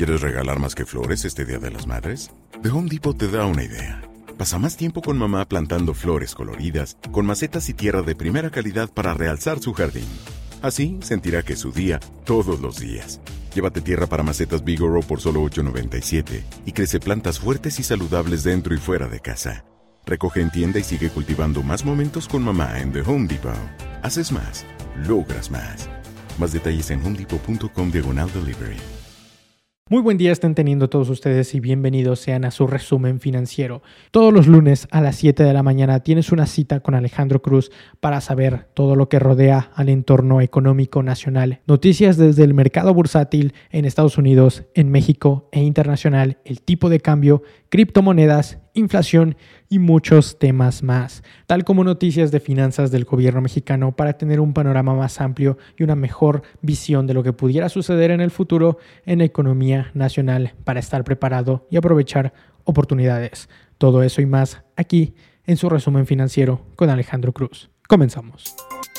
¿Quieres regalar más que flores este Día de las Madres? The Home Depot te da una idea. Pasa más tiempo con mamá plantando flores coloridas, con macetas y tierra de primera calidad para realzar su jardín. Así sentirá que es su día todos los días. Llévate tierra para macetas Bigoro por solo $8.97 y crece plantas fuertes y saludables dentro y fuera de casa. Recoge en tienda y sigue cultivando más momentos con mamá en The Home Depot. Haces más, logras más. Más detalles en homedepot.com/delivery. Muy buen día estén teniendo todos ustedes y bienvenidos sean a su resumen financiero. Todos los lunes a las 7 de la mañana tienes una cita con Alejandro Cruz para saber todo lo que rodea al entorno económico nacional. Noticias desde el mercado bursátil en Estados Unidos, en México e internacional, el tipo de cambio, criptomonedas, inflación y muchos temas más, tal como noticias de finanzas del gobierno mexicano para tener un panorama más amplio y una mejor visión de lo que pudiera suceder en el futuro en la economía nacional para estar preparado y aprovechar oportunidades. Todo eso y más aquí en su resumen financiero con Alejandro Cruz. Comenzamos.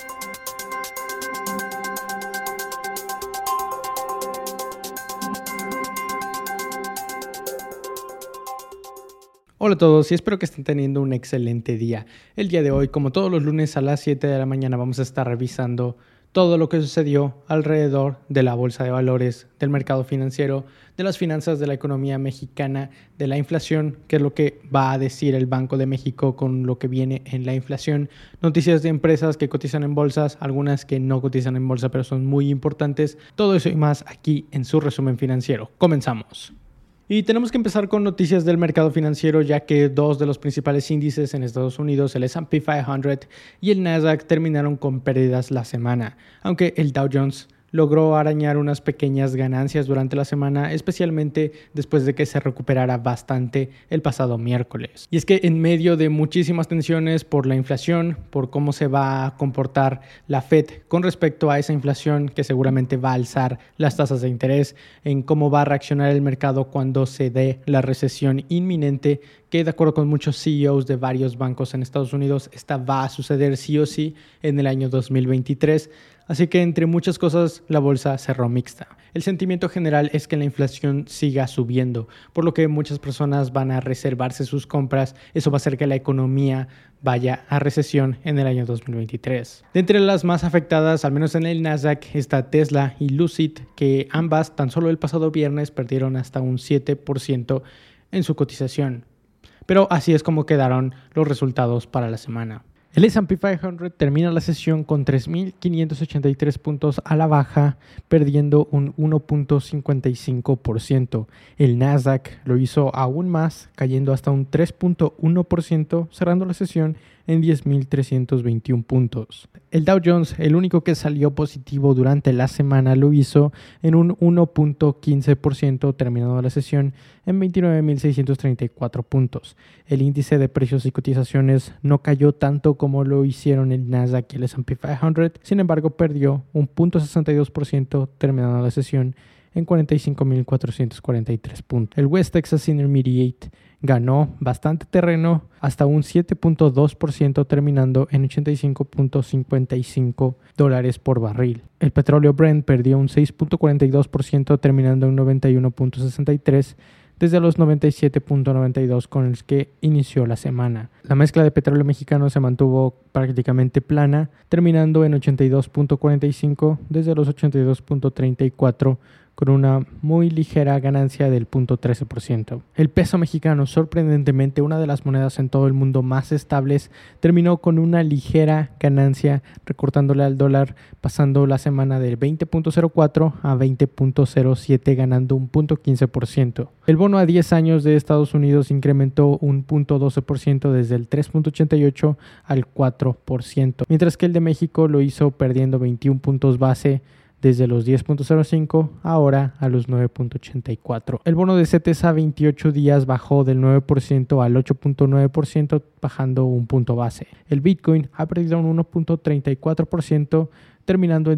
Hola a todos y espero que estén teniendo un excelente día. El día de hoy, como todos los lunes a las 7 de la mañana, vamos a estar revisando todo lo que sucedió alrededor de la bolsa de valores, del mercado financiero, de las finanzas de la economía mexicana, de la inflación, que es lo que va a decir el Banco de México con lo que viene en la inflación, noticias de empresas que cotizan en bolsas, algunas que no cotizan en bolsa pero son muy importantes, todo eso y más aquí en su resumen financiero. Comenzamos. Y tenemos que empezar con noticias del mercado financiero, ya que dos de los principales índices en Estados Unidos, el S&P 500 y el Nasdaq, terminaron con pérdidas la semana, aunque el Dow Jones logró arañar unas pequeñas ganancias durante la semana, especialmente después de que se recuperara bastante el pasado miércoles. Y es que en medio de muchísimas tensiones por la inflación, por cómo se va a comportar la Fed con respecto a esa inflación que seguramente va a alzar las tasas de interés, en cómo va a reaccionar el mercado cuando se dé la recesión inminente, que de acuerdo con muchos CEOs de varios bancos en Estados Unidos, esta va a suceder sí o sí en el año 2023. Así que entre muchas cosas la bolsa cerró mixta. El sentimiento general es que la inflación siga subiendo, por lo que muchas personas van a reservarse sus compras. Eso va a hacer que la economía vaya a recesión en el año 2023. De entre las más afectadas, al menos en el Nasdaq, está Tesla y Lucid, que ambas tan solo el pasado viernes perdieron hasta un 7% en su cotización. Pero así es como quedaron los resultados para la semana. El S&P 500 termina la sesión con 3.583 puntos a la baja, perdiendo un 1.55%. El Nasdaq lo hizo aún más, cayendo hasta un 3.1%, cerrando la sesión en 10.321 puntos. El Dow Jones, el único que salió positivo durante la semana, lo hizo en un 1.15%, terminando la sesión en 29.634 puntos. El índice de precios y cotizaciones no cayó tanto como lo hicieron el Nasdaq y el S&P 500, sin embargo perdió un 0.62%, terminando la sesión en 45.443 puntos. El West Texas Intermediate ganó bastante terreno, hasta un 7.2%, terminando en $85.55 por barril. El petróleo Brent perdió un 6.42%, terminando en 91.63 desde los 97.92 con los que inició la semana. La mezcla de petróleo mexicano se mantuvo prácticamente plana, terminando en 82.45 desde los 82.34 con una muy ligera ganancia del 0.13%. El peso mexicano, sorprendentemente una de las monedas en todo el mundo más estables, terminó con una ligera ganancia, recortándole al dólar, pasando la semana del 20.04 a 20.07, ganando un 0.15%. El bono a 10 años de Estados Unidos incrementó un 0.12% desde el 3.88 al 4%, mientras que el de México lo hizo perdiendo 21 puntos base, desde los 10.05 ahora a los 9.84. El bono de CETES a 28 días bajó del 9% al 8.9%, bajando un punto base. El Bitcoin ha perdido un 1.34%, terminando en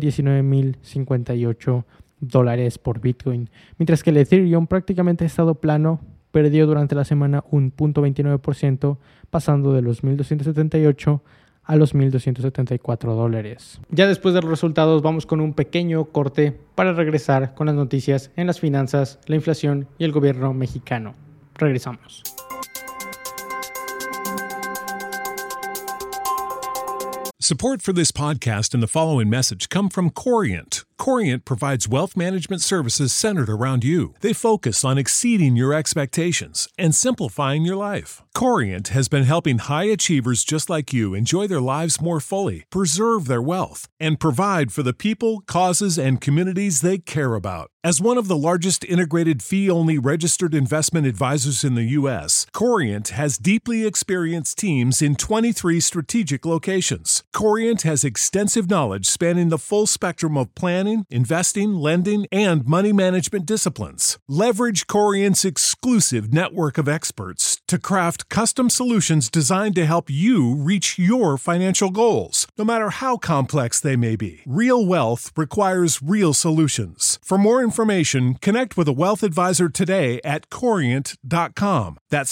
$19.058 por Bitcoin, mientras que el Ethereum prácticamente ha estado plano, perdió durante la semana un 0.29%, pasando de los 1.278 a los $1,274. Ya después de los resultados vamos con un pequeño corte para regresar con las noticias en las finanzas, la inflación y el gobierno mexicano. Regresamos. Support for this podcast and the following message come from Corient. Corient provides wealth management services centered around you. They focus on exceeding your expectations and simplifying your life. Corient has been helping high achievers just like you enjoy their lives more fully, preserve their wealth, and provide for the people, causes, and communities they care about. As one of the largest integrated fee-only registered investment advisors in the U.S., Corient has deeply experienced teams in 23 strategic locations. Corient has extensive knowledge spanning the full spectrum of planning, investing, lending, and money management disciplines. Leverage Corient's exclusive network of experts to craft custom solutions designed to help you reach your financial goals, no matter how complex they may be. Real wealth requires real solutions. For more information, connect with a wealth advisor today at Corient.com. That's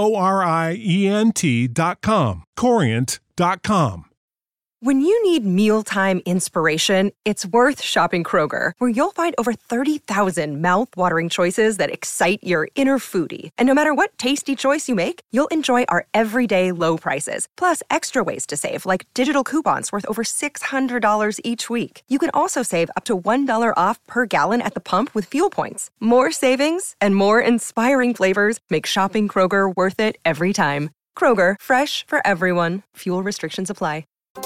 Corient.com. Corient.com. When you need mealtime inspiration, it's worth shopping Kroger, where you'll find over 30,000 mouth-watering choices that excite your inner foodie. And no matter what tasty choice you make, you'll enjoy our everyday low prices, plus extra ways to save, like digital coupons worth over $600 each week. You can also save up to $1 off per gallon at the pump with fuel points. More savings and more inspiring flavors make shopping Kroger worth it every time. Kroger, fresh for everyone. Fuel restrictions apply.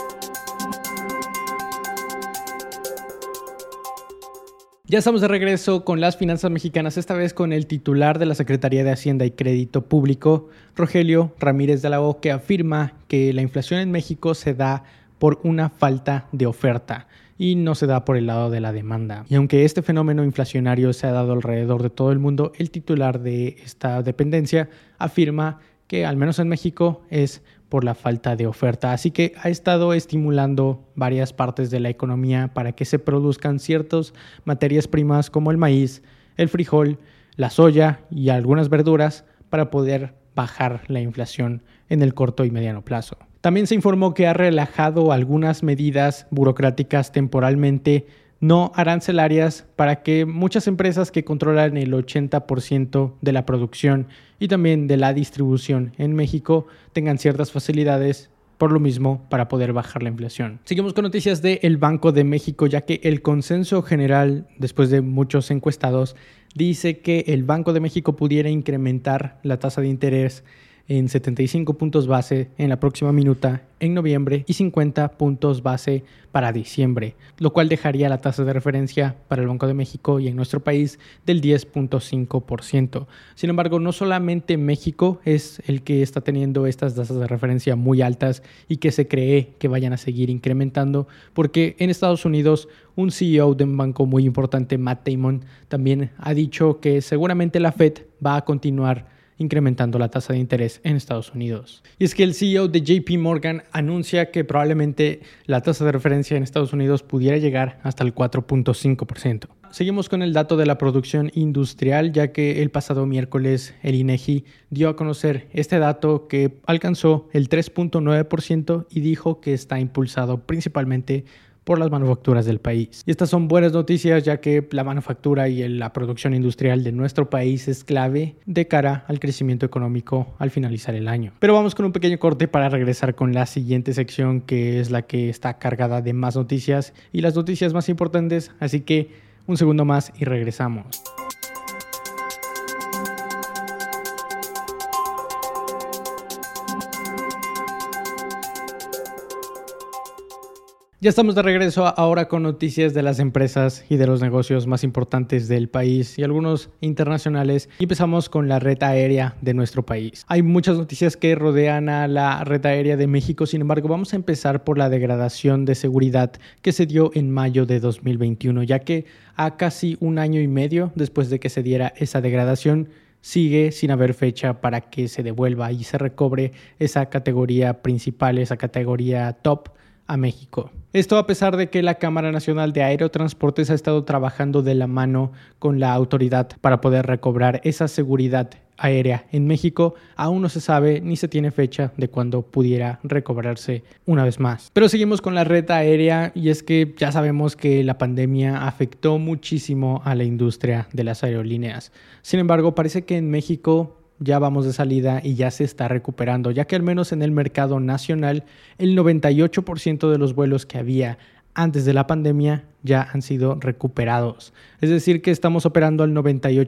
Ya estamos de regreso con las finanzas mexicanas, esta vez con el titular de la Secretaría de Hacienda y Crédito Público, Rogelio Ramírez de la O, que afirma que la inflación en México se da por una falta de oferta y no se da por el lado de la demanda. Y aunque este fenómeno inflacionario se ha dado alrededor de todo el mundo, el titular de esta dependencia afirma que al menos en México es por la falta de oferta. Así que ha estado estimulando varias partes de la economía para que se produzcan ciertas materias primas como el maíz, el frijol, la soya y algunas verduras para poder bajar la inflación en el corto y mediano plazo. También se informó que ha relajado algunas medidas burocráticas temporalmente no arancelarias para que muchas empresas que controlan el 80% de la producción y también de la distribución en México tengan ciertas facilidades por lo mismo para poder bajar la inflación. Seguimos con noticias del Banco de México, ya que el consenso general, después de muchos encuestados, dice que el Banco de México pudiera incrementar la tasa de interés en 75 puntos base en la próxima minuta en noviembre y 50 puntos base para diciembre, lo cual dejaría la tasa de referencia para el Banco de México y en nuestro país del 10.5%. Sin embargo, no solamente México es el que está teniendo estas tasas de referencia muy altas y que se cree que vayan a seguir incrementando, porque en Estados Unidos un CEO de un banco muy importante, Matt Damon, también ha dicho que seguramente la Fed va a continuar incrementando la tasa de interés en Estados Unidos. Y es que el CEO de JP Morgan anuncia que probablemente la tasa de referencia en Estados Unidos pudiera llegar hasta el 4.5%. Seguimos con el dato de la producción industrial, ya que el pasado miércoles el INEGI dio a conocer este dato que alcanzó el 3.9% y dijo que está impulsado principalmente por las manufacturas del país. Y estas son buenas noticias, ya que la manufactura y la producción industrial de nuestro país es clave de cara al crecimiento económico al finalizar el año. Pero vamos con un pequeño corte para regresar con la siguiente sección, que es la que está cargada de más noticias y las noticias más importantes, así que un segundo más y regresamos. Ya estamos de regreso ahora con noticias de las empresas y de los negocios más importantes del país y algunos internacionales. Y empezamos con la red aérea de nuestro país. Hay muchas noticias que rodean a la red aérea de México, sin embargo vamos a empezar por la degradación de seguridad que se dio en mayo de 2021, ya que a casi un año y medio después de que se diera esa degradación, sigue sin haber fecha para que se devuelva y se recobre esa categoría principal, esa categoría top a México. Esto a pesar de que la Cámara Nacional de Aerotransportes ha estado trabajando de la mano con la autoridad para poder recobrar esa seguridad aérea en México aún no se sabe ni se tiene fecha de cuándo pudiera recobrarse una vez más. Pero seguimos con la red aérea y es que ya sabemos que la pandemia afectó muchísimo a la industria de las aerolíneas. Sin embargo, parece que en México ya vamos de salida y ya se está recuperando, ya que al menos en el mercado nacional el 98% de los vuelos que había antes de la pandemia ya han sido recuperados. Es decir, que estamos operando al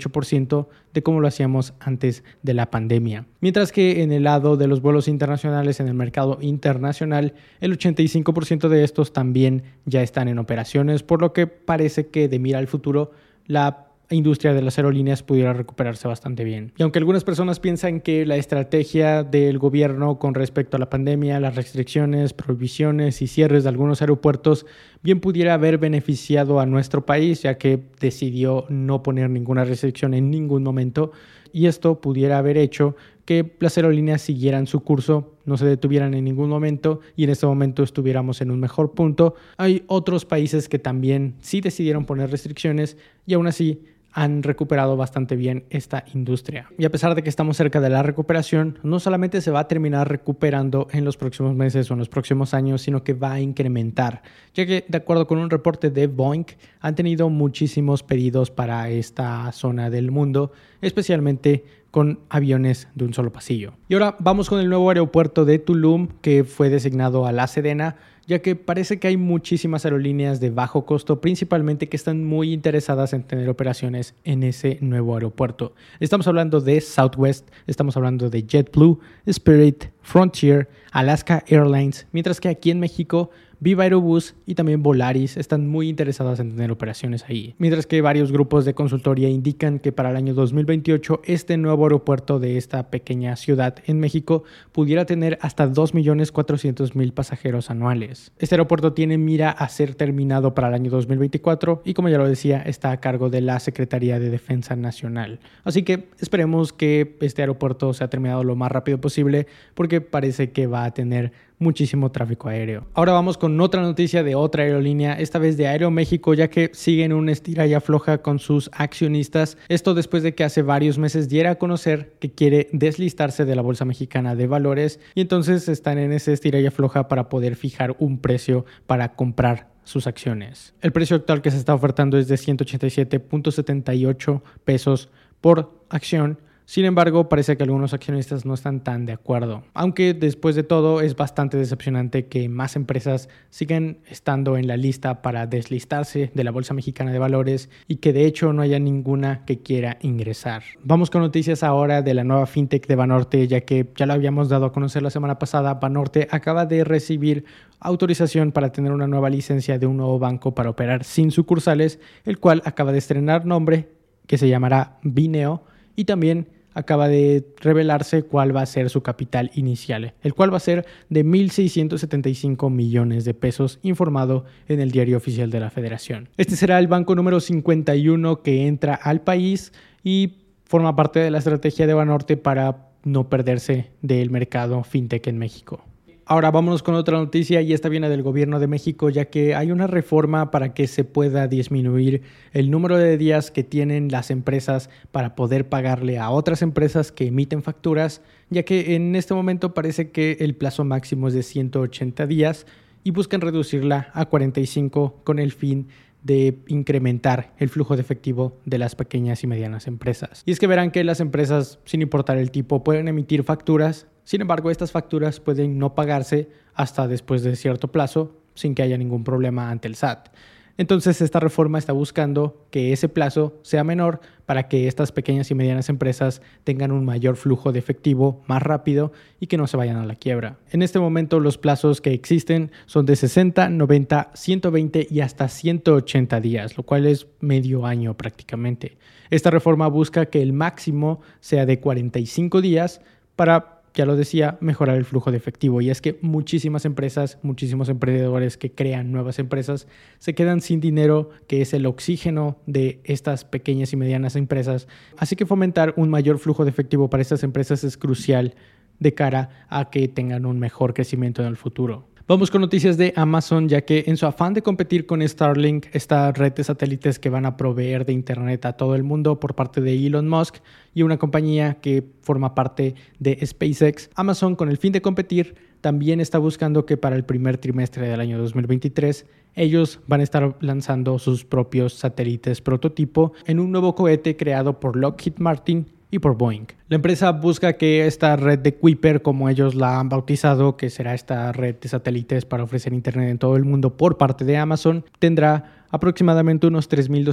98% de como lo hacíamos antes de la pandemia. Mientras que en el lado de los vuelos internacionales, en el mercado internacional, el 85% de estos también ya están en operaciones, por lo que parece que de mira al futuro, la industria de las aerolíneas pudiera recuperarse bastante bien. Y aunque algunas personas piensan que la estrategia del gobierno con respecto a la pandemia, las restricciones, prohibiciones y cierres de algunos aeropuertos bien pudiera haber beneficiado a nuestro país, ya que decidió no poner ninguna restricción en ningún momento, y esto pudiera haber hecho que las aerolíneas siguieran su curso, no se detuvieran en ningún momento y en este momento estuviéramos en un mejor punto. Hay otros países que también sí decidieron poner restricciones y aún así han recuperado bastante bien esta industria. Y a pesar de que estamos cerca de la recuperación, no solamente se va a terminar recuperando en los próximos meses o en los próximos años, sino que va a incrementar, ya que de acuerdo con un reporte de Boeing, han tenido muchísimos pedidos para esta zona del mundo, especialmente con aviones de un solo pasillo. Y ahora vamos con el nuevo aeropuerto de Tulum, que fue designado a La Sedena, ya que parece que hay muchísimas aerolíneas de bajo costo, principalmente que están muy interesadas en tener operaciones en ese nuevo aeropuerto. Estamos hablando de Southwest, estamos hablando de JetBlue, Spirit, Frontier, Alaska Airlines, mientras que aquí en México Viva Aerobús y también Volaris están muy interesadas en tener operaciones ahí. Mientras que varios grupos de consultoría indican que para el año 2028 este nuevo aeropuerto de esta pequeña ciudad en México pudiera tener hasta 2.400.000 pasajeros anuales. Este aeropuerto tiene mira a ser terminado para el año 2024 y, como ya lo decía, está a cargo de la Secretaría de Defensa Nacional. Así que esperemos que este aeropuerto sea terminado lo más rápido posible porque parece que va a tener muchísimo tráfico aéreo. Ahora vamos con otra noticia de otra aerolínea, esta vez de Aeroméxico, ya que siguen un estira y afloja con sus accionistas. Esto después de que hace varios meses diera a conocer que quiere deslistarse de la Bolsa Mexicana de Valores y entonces están en ese estira y afloja para poder fijar un precio para comprar sus acciones. El precio actual que se está ofertando es de 187.78 pesos por acción. Sin embargo, parece que algunos accionistas no están tan de acuerdo. Aunque después de todo es bastante decepcionante que más empresas sigan estando en la lista para deslistarse de la Bolsa Mexicana de Valores y que de hecho no haya ninguna que quiera ingresar. Vamos con noticias ahora de la nueva fintech de Banorte, ya que ya lo habíamos dado a conocer la semana pasada. Banorte acaba de recibir autorización para tener una nueva licencia de un nuevo banco para operar sin sucursales, el cual acaba de estrenar nombre que se llamará Bineo y también acaba de revelarse cuál va a ser su capital inicial, el cual va a ser de 1.675 millones de pesos, informado en el Diario Oficial de la Federación. Este será el banco número 51 que entra al país y forma parte de la estrategia de Banorte para no perderse del mercado fintech en México. Ahora vámonos con otra noticia y esta viene del gobierno de México, ya que hay una reforma para que se pueda disminuir el número de días que tienen las empresas para poder pagarle a otras empresas que emiten facturas, ya que en este momento parece que el plazo máximo es de 180 días y buscan reducirla a 45 con el fin de incrementar el flujo de efectivo de las pequeñas y medianas empresas. Y es que verán que las empresas, sin importar el tipo, pueden emitir facturas. Sin embargo, estas facturas pueden no pagarse hasta después de cierto plazo sin que haya ningún problema ante el SAT. Entonces, esta reforma está buscando que ese plazo sea menor para que estas pequeñas y medianas empresas tengan un mayor flujo de efectivo más rápido y que no se vayan a la quiebra. En este momento, los plazos que existen son de 60, 90, 120 y hasta 180 días, lo cual es medio año prácticamente. Esta reforma busca que el máximo sea de 45 días para, ya lo decía, mejorar el flujo de efectivo. Y es que muchísimas empresas, muchísimos emprendedores que crean nuevas empresas se quedan sin dinero, que es el oxígeno de estas pequeñas y medianas empresas. Así que fomentar un mayor flujo de efectivo para estas empresas es crucial de cara a que tengan un mejor crecimiento en el futuro. Vamos con noticias de Amazon, ya que en su afán de competir con Starlink, esta red de satélites que van a proveer de internet a todo el mundo por parte de Elon Musk y una compañía que forma parte de SpaceX, Amazon, con el fin de competir, también está buscando que para el primer trimestre del año 2023 ellos van a estar lanzando sus propios satélites prototipo en un nuevo cohete creado por Lockheed Martin y por Boeing. La empresa busca que esta red de Kuiper, como ellos la han bautizado, que será esta red de satélites para ofrecer internet en todo el mundo por parte de Amazon, tendrá aproximadamente unos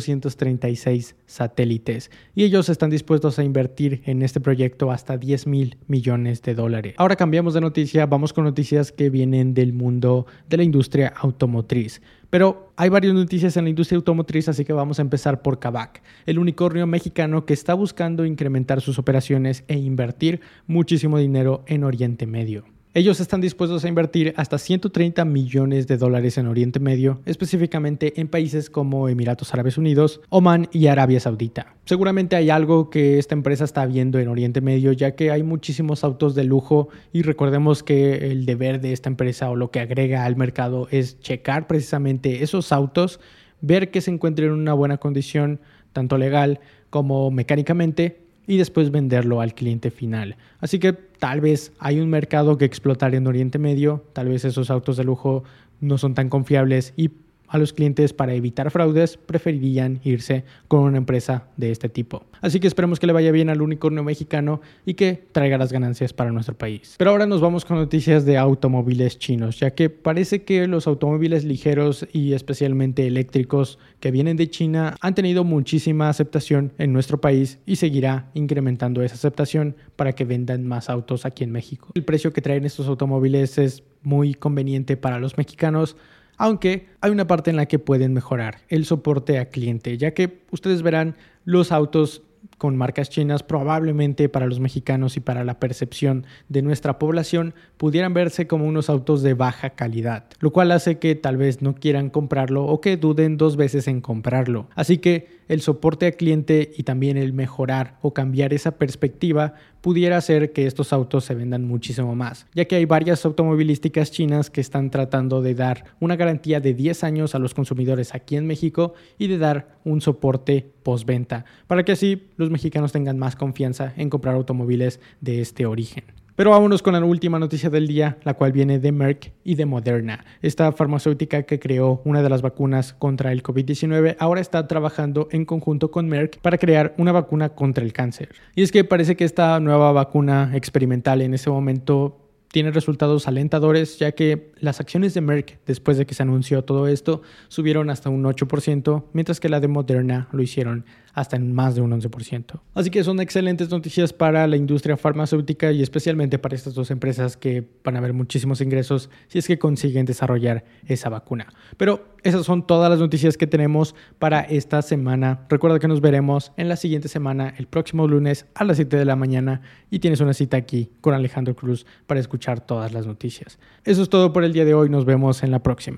3.236 satélites y ellos están dispuestos a invertir en este proyecto hasta $10,000 millones. Ahora cambiamos de noticia, vamos con noticias que vienen del mundo de la industria automotriz. Pero hay varias noticias en la industria automotriz, así que vamos a empezar por Kavak, el unicornio mexicano que está buscando incrementar sus operaciones e invertir muchísimo dinero en Oriente Medio. Ellos están dispuestos a invertir hasta $130 millones en Oriente Medio, específicamente en países como Emiratos Árabes Unidos, Omán y Arabia Saudita. Seguramente hay algo que esta empresa está viendo en Oriente Medio, ya que hay muchísimos autos de lujo y recordemos que el deber de esta empresa o lo que agrega al mercado es checar precisamente esos autos, ver que se encuentren en una buena condición, tanto legal como mecánicamente, y después venderlo al cliente final. Así que tal vez hay un mercado que explotar en Oriente Medio, tal vez esos autos de lujo no son tan confiables y a los clientes, para evitar fraudes, preferirían irse con una empresa de este tipo. Así que esperemos que le vaya bien al unicornio mexicano y que traiga las ganancias para nuestro país. Pero ahora nos vamos con noticias de automóviles chinos, ya que parece que los automóviles ligeros y especialmente eléctricos que vienen de China han tenido muchísima aceptación en nuestro país y seguirá incrementando esa aceptación para que vendan más autos aquí en México. El precio que traen estos automóviles es muy conveniente para los mexicanos, aunque hay una parte en la que pueden mejorar: el soporte a cliente, ya que ustedes verán los autos con marcas chinas probablemente para los mexicanos y para la percepción de nuestra población pudieran verse como unos autos de baja calidad, lo cual hace que tal vez no quieran comprarlo o que duden dos veces en comprarlo. Así que el soporte a cliente y también el mejorar o cambiar esa perspectiva pudiera hacer que estos autos se vendan muchísimo más, ya que hay varias automovilísticas chinas que están tratando de dar una garantía de 10 años a los consumidores aquí en México y de dar un soporte postventa, para que así los mexicanos tengan más confianza en comprar automóviles de este origen. Pero vámonos con la última noticia del día, la cual viene de Merck y de Moderna. Esta farmacéutica que creó una de las vacunas contra el COVID-19 ahora está trabajando en conjunto con Merck para crear una vacuna contra el cáncer. Y es que parece que esta nueva vacuna experimental en ese momento tiene resultados alentadores, ya que las acciones de Merck, después de que se anunció todo esto, subieron hasta un 8%, mientras que la de Moderna lo hicieron hasta en más de un 11%. Así que son excelentes noticias para la industria farmacéutica y especialmente para estas dos empresas que van a ver muchísimos ingresos si es que consiguen desarrollar esa vacuna. Pero esas son todas las noticias que tenemos para esta semana. Recuerda que nos veremos en la siguiente semana, el próximo lunes a las 7 de la mañana, y tienes una cita aquí con Alejandro Cruz para escuchar todas las noticias. Eso es todo por el día de hoy. Nos vemos en la próxima.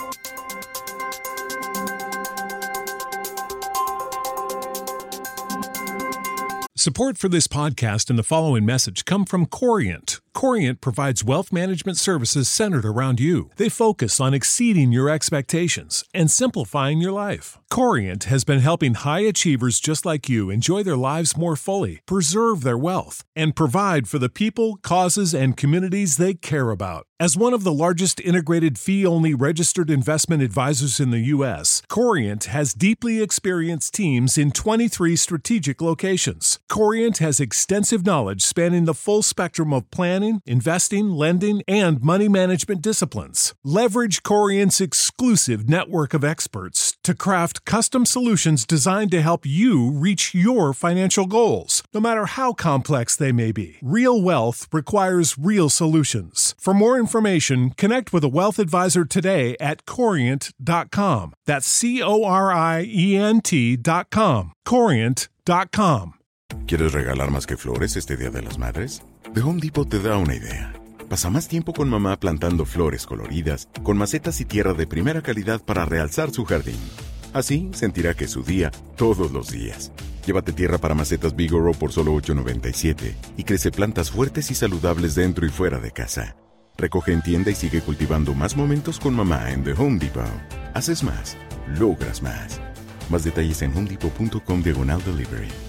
Support for this podcast and the following message come from Corient. Corient provides wealth management services centered around you. They focus on exceeding your expectations and simplifying your life. Corient has been helping high achievers just like you enjoy their lives more fully, preserve their wealth, and provide for the people, causes, and communities they care about. As one of the largest integrated fee-only registered investment advisors in the U.S., Corient has deeply experienced teams in 23 strategic locations. Corient has extensive knowledge spanning the full spectrum of planning, investing, lending, and money management disciplines. Leverage Corient's exclusive network of experts to craft custom solutions designed to help you reach your financial goals, no matter how complex they may be. Real wealth requires real solutions. For more information, connect with a wealth advisor today at Corient.com. That's Corient.com. Corient.com. ¿Quieres regalar más que flores este Día de las Madres? The Home Depot te da una idea. Pasa más tiempo con mamá plantando flores coloridas, con macetas y tierra de primera calidad para realzar su jardín. Así sentirá que es su día todos los días. Llévate tierra para macetas Bigoro por solo $8.97 y crece plantas fuertes y saludables dentro y fuera de casa. Recoge en tienda y sigue cultivando más momentos con mamá en The Home Depot. Haces más, logras más. Más detalles en homedepot.com/delivery.